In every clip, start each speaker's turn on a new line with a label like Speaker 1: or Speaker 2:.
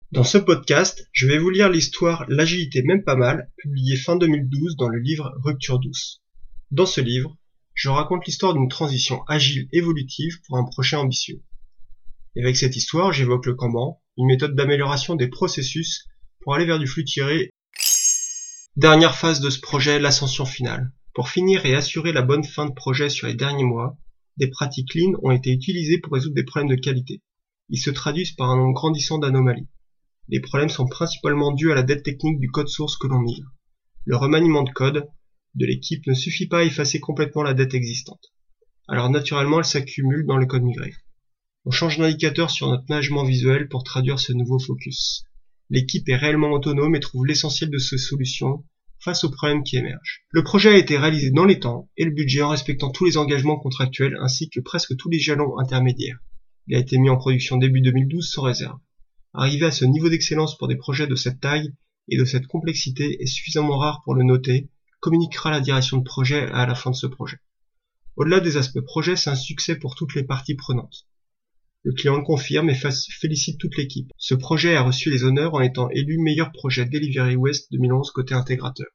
Speaker 1: Dans ce podcast, je vais vous lire l'histoire L'agilité même pas mal, publiée fin 2012 dans le livre Rupture douce. Dans ce livre, je raconte l'histoire d'une transition agile évolutive pour un projet ambitieux. Et avec cette histoire, j'évoque le Kanban, une méthode d'amélioration des processus pour aller vers du flux tiré. Dernière phase de ce projet, l'ascension finale. Pour finir et assurer la bonne fin de projet sur les derniers mois, des pratiques lean ont été utilisées pour résoudre des problèmes de qualité. Ils se traduisent par un nombre grandissant d'anomalies. Les problèmes sont principalement dus à la dette technique du code source que l'on migre. Le remaniement de code de l'équipe ne suffit pas à effacer complètement la dette existante. Alors naturellement, elle s'accumule dans le code migré. On change d'indicateur sur notre management visuel pour traduire ce nouveau focus. L'équipe est réellement autonome et trouve l'essentiel de ces solutions face aux problèmes qui émergent. Le projet a été réalisé dans les temps et le budget en respectant tous les engagements contractuels ainsi que presque tous les jalons intermédiaires. Il a été mis en production début 2012 sans réserve. Arriver à ce niveau d'excellence pour des projets de cette taille et de cette complexité est suffisamment rare pour le noter, communiquera la direction de projet à la fin de ce projet. Au-delà des aspects projet, c'est un succès pour toutes les parties prenantes. Le client le confirme et félicite toute l'équipe. Ce projet a reçu les honneurs en étant élu meilleur projet Delivery West 2011 côté intégrateur.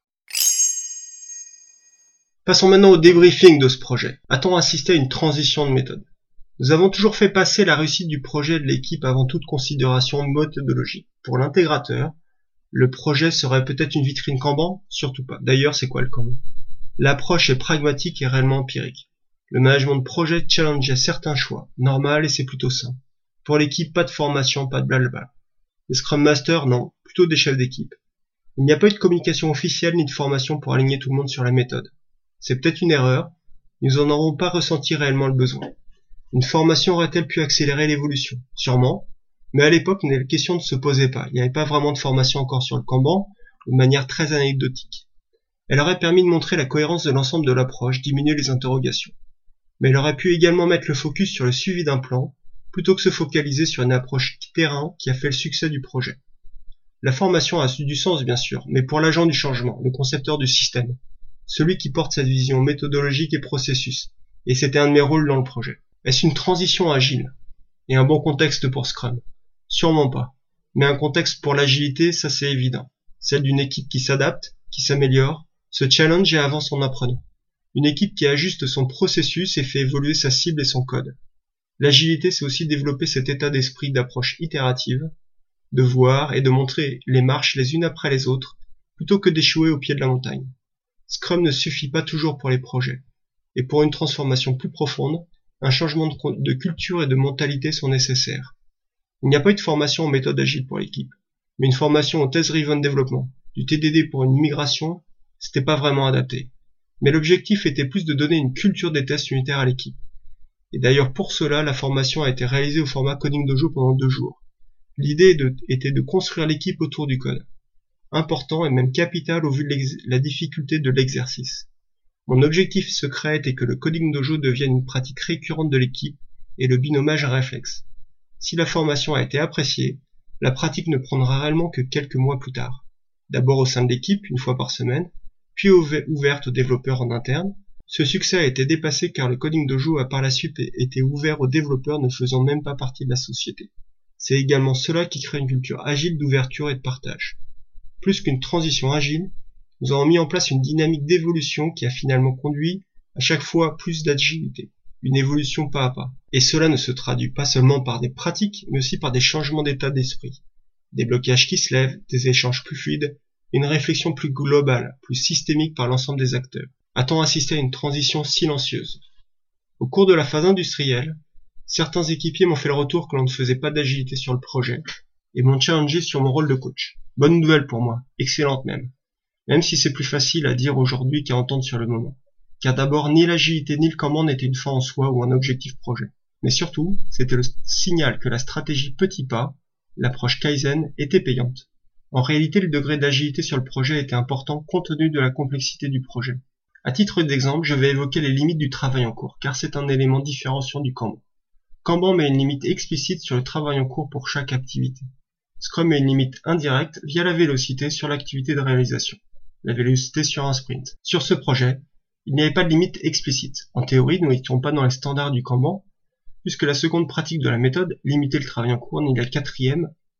Speaker 1: Passons maintenant au débriefing de ce projet. A-t-on assisté à une transition de méthode ? Nous avons toujours fait passer la réussite du projet de l'équipe avant toute considération méthodologique. Pour l'intégrateur, le projet serait peut-être une vitrine Kanban ? Surtout pas. D'ailleurs, c'est quoi le Kanban ? L'approche est pragmatique et réellement empirique. Le management de projet challengeait certains choix, normal et c'est plutôt sain. Pour l'équipe, pas de formation, pas de blabla. Les Scrum Masters, non, plutôt des chefs d'équipe. Il n'y a pas eu de communication officielle ni de formation pour aligner tout le monde sur la méthode. C'est peut-être une erreur, nous n'en aurons pas ressenti réellement le besoin. Une formation aurait-elle pu accélérer l'évolution ? Sûrement, mais à l'époque, la question ne se posait pas. Il n'y avait pas vraiment de formation encore sur le Kanban, de manière très anecdotique. Elle aurait permis de montrer la cohérence de l'ensemble de l'approche, diminuer les interrogations. Mais elle aurait pu également mettre le focus sur le suivi d'un plan, plutôt que se focaliser sur une approche terrain qui a fait le succès du projet. La formation a du sens bien sûr, mais pour l'agent du changement, le concepteur du système, celui qui porte cette vision méthodologique et processus, et c'était un de mes rôles dans le projet. Est-ce une transition agile ? Et un bon contexte pour Scrum ? Sûrement pas. Mais un contexte pour l'agilité, ça c'est évident. Celle d'une équipe qui s'adapte, qui s'améliore, se challenge et avance en apprenant. Une équipe qui ajuste son processus et fait évoluer sa cible et son code. L'agilité, c'est aussi développer cet état d'esprit d'approche itérative, de voir et de montrer les marches les unes après les autres, plutôt que d'échouer au pied de la montagne. Scrum ne suffit pas toujours pour les projets. Et pour une transformation plus profonde, un changement de culture et de mentalité sont nécessaires. Il n'y a pas eu de formation en méthode agile pour l'équipe, mais une formation au test-driven développement, du TDD pour une migration, c'était pas vraiment adapté. Mais l'objectif était plus de donner une culture des tests unitaires à l'équipe. Et d'ailleurs pour cela, la formation a été réalisée au format Coding Dojo pendant 2 jours. L'idée était de construire l'équipe autour du code. Important et même capital au vu de la difficulté de l'exercice. Mon objectif secret était que le Coding Dojo devienne une pratique récurrente de l'équipe et le binomage réflexe. Si la formation a été appréciée, la pratique ne prendra réellement que quelques mois plus tard. D'abord au sein de l'équipe, 1 fois par semaine, puis ouverte aux développeurs en interne. Ce succès a été dépassé car le Coding Dojo a par la suite été ouvert aux développeurs ne faisant même pas partie de la société. C'est également cela qui crée une culture agile d'ouverture et de partage. Plus qu'une transition agile, nous avons mis en place une dynamique d'évolution qui a finalement conduit à chaque fois plus d'agilité, une évolution pas à pas. Et cela ne se traduit pas seulement par des pratiques, mais aussi par des changements d'état d'esprit, des blocages qui se lèvent, des échanges plus fluides, une réflexion plus globale, plus systémique par l'ensemble des acteurs. A-t-on assisté à une transition silencieuse ? Au cours de la phase industrielle, certains équipiers m'ont fait le retour que l'on ne faisait pas d'agilité sur le projet et m'ont challengé sur mon rôle de coach. Bonne nouvelle pour moi, excellente même si c'est plus facile à dire aujourd'hui qu'à entendre sur le moment. Car d'abord, ni l'agilité ni le Kanban n'étaient une fin en soi ou un objectif projet. Mais surtout, c'était le signal que la stratégie petit pas, l'approche Kaizen, était payante. En réalité, le degré d'agilité sur le projet était important compte tenu de la complexité du projet. À titre d'exemple, je vais évoquer les limites du travail en cours, car c'est un élément différenciant du Kanban. Kanban met une limite explicite sur le travail en cours pour chaque activité. Scrum met une limite indirecte via la vélocité sur l'activité de réalisation. La vélocité sur un sprint. Sur ce projet, il n'y avait pas de limite explicite. En théorie, nous n'étions pas dans les standards du Kanban, puisque la seconde pratique de la méthode, limiter le travail en cours, ni la quatrième,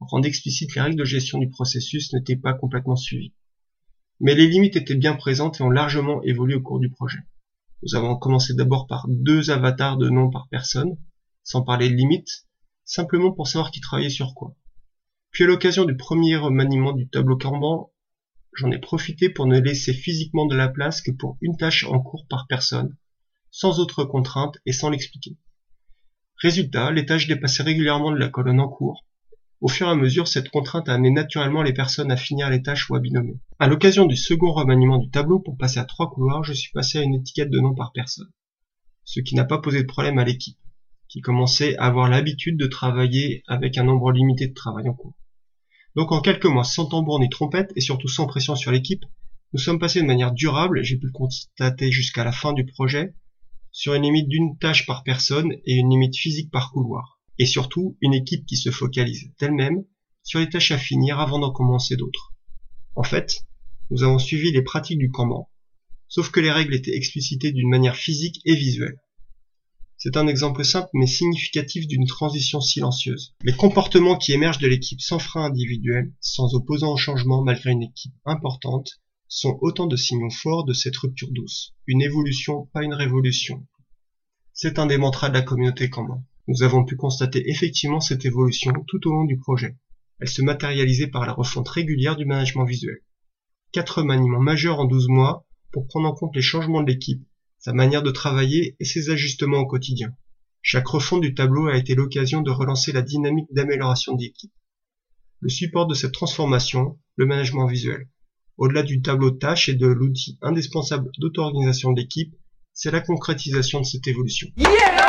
Speaker 1: rendre explicites les règles de gestion du processus n'étaient pas complètement suivies. Mais les limites étaient bien présentes et ont largement évolué au cours du projet. Nous avons commencé d'abord par 2 avatars de nom par personne, sans parler de limites, simplement pour savoir qui travaillait sur quoi. Puis à l'occasion du premier remaniement du tableau Kanban, j'en ai profité pour ne laisser physiquement de la place que pour une tâche en cours par personne, sans autre contrainte et sans l'expliquer. Résultat, les tâches dépassaient régulièrement de la colonne en cours. Au fur et à mesure, cette contrainte a amené naturellement les personnes à finir les tâches ou à binômer. À l'occasion du second remaniement du tableau, pour passer à 3 couloirs, je suis passé à une étiquette de nom par personne. Ce qui n'a pas posé de problème à l'équipe, qui commençait à avoir l'habitude de travailler avec un nombre limité de travail en cours. Donc en quelques mois, sans tambour ni trompette, et surtout sans pression sur l'équipe, nous sommes passés de manière durable, j'ai pu le constater jusqu'à la fin du projet, sur une limite d'une tâche par personne et une limite physique par couloir. Et surtout, une équipe qui se focalise d'elle-même sur les tâches à finir avant d'en commencer d'autres. En fait, nous avons suivi les pratiques du Kanban, sauf que les règles étaient explicitées d'une manière physique et visuelle. C'est un exemple simple mais significatif d'une transition silencieuse. Les comportements qui émergent de l'équipe sans frein individuel, sans opposant au changement malgré une équipe importante, sont autant de signaux forts de cette rupture douce. Une évolution, pas une révolution. C'est un des mantras de la communauté Kanban. Nous avons pu constater effectivement cette évolution tout au long du projet. Elle se matérialisait par la refonte régulière du management visuel. 4 remaniements majeurs en 12 mois pour prendre en compte les changements de l'équipe, sa manière de travailler et ses ajustements au quotidien. Chaque refonte du tableau a été l'occasion de relancer la dynamique d'amélioration de l'équipe. Le support de cette transformation, le management visuel. Au-delà du tableau de tâches et de l'outil indispensable d'auto-organisation de l'équipe, c'est la concrétisation de cette évolution. Yeah!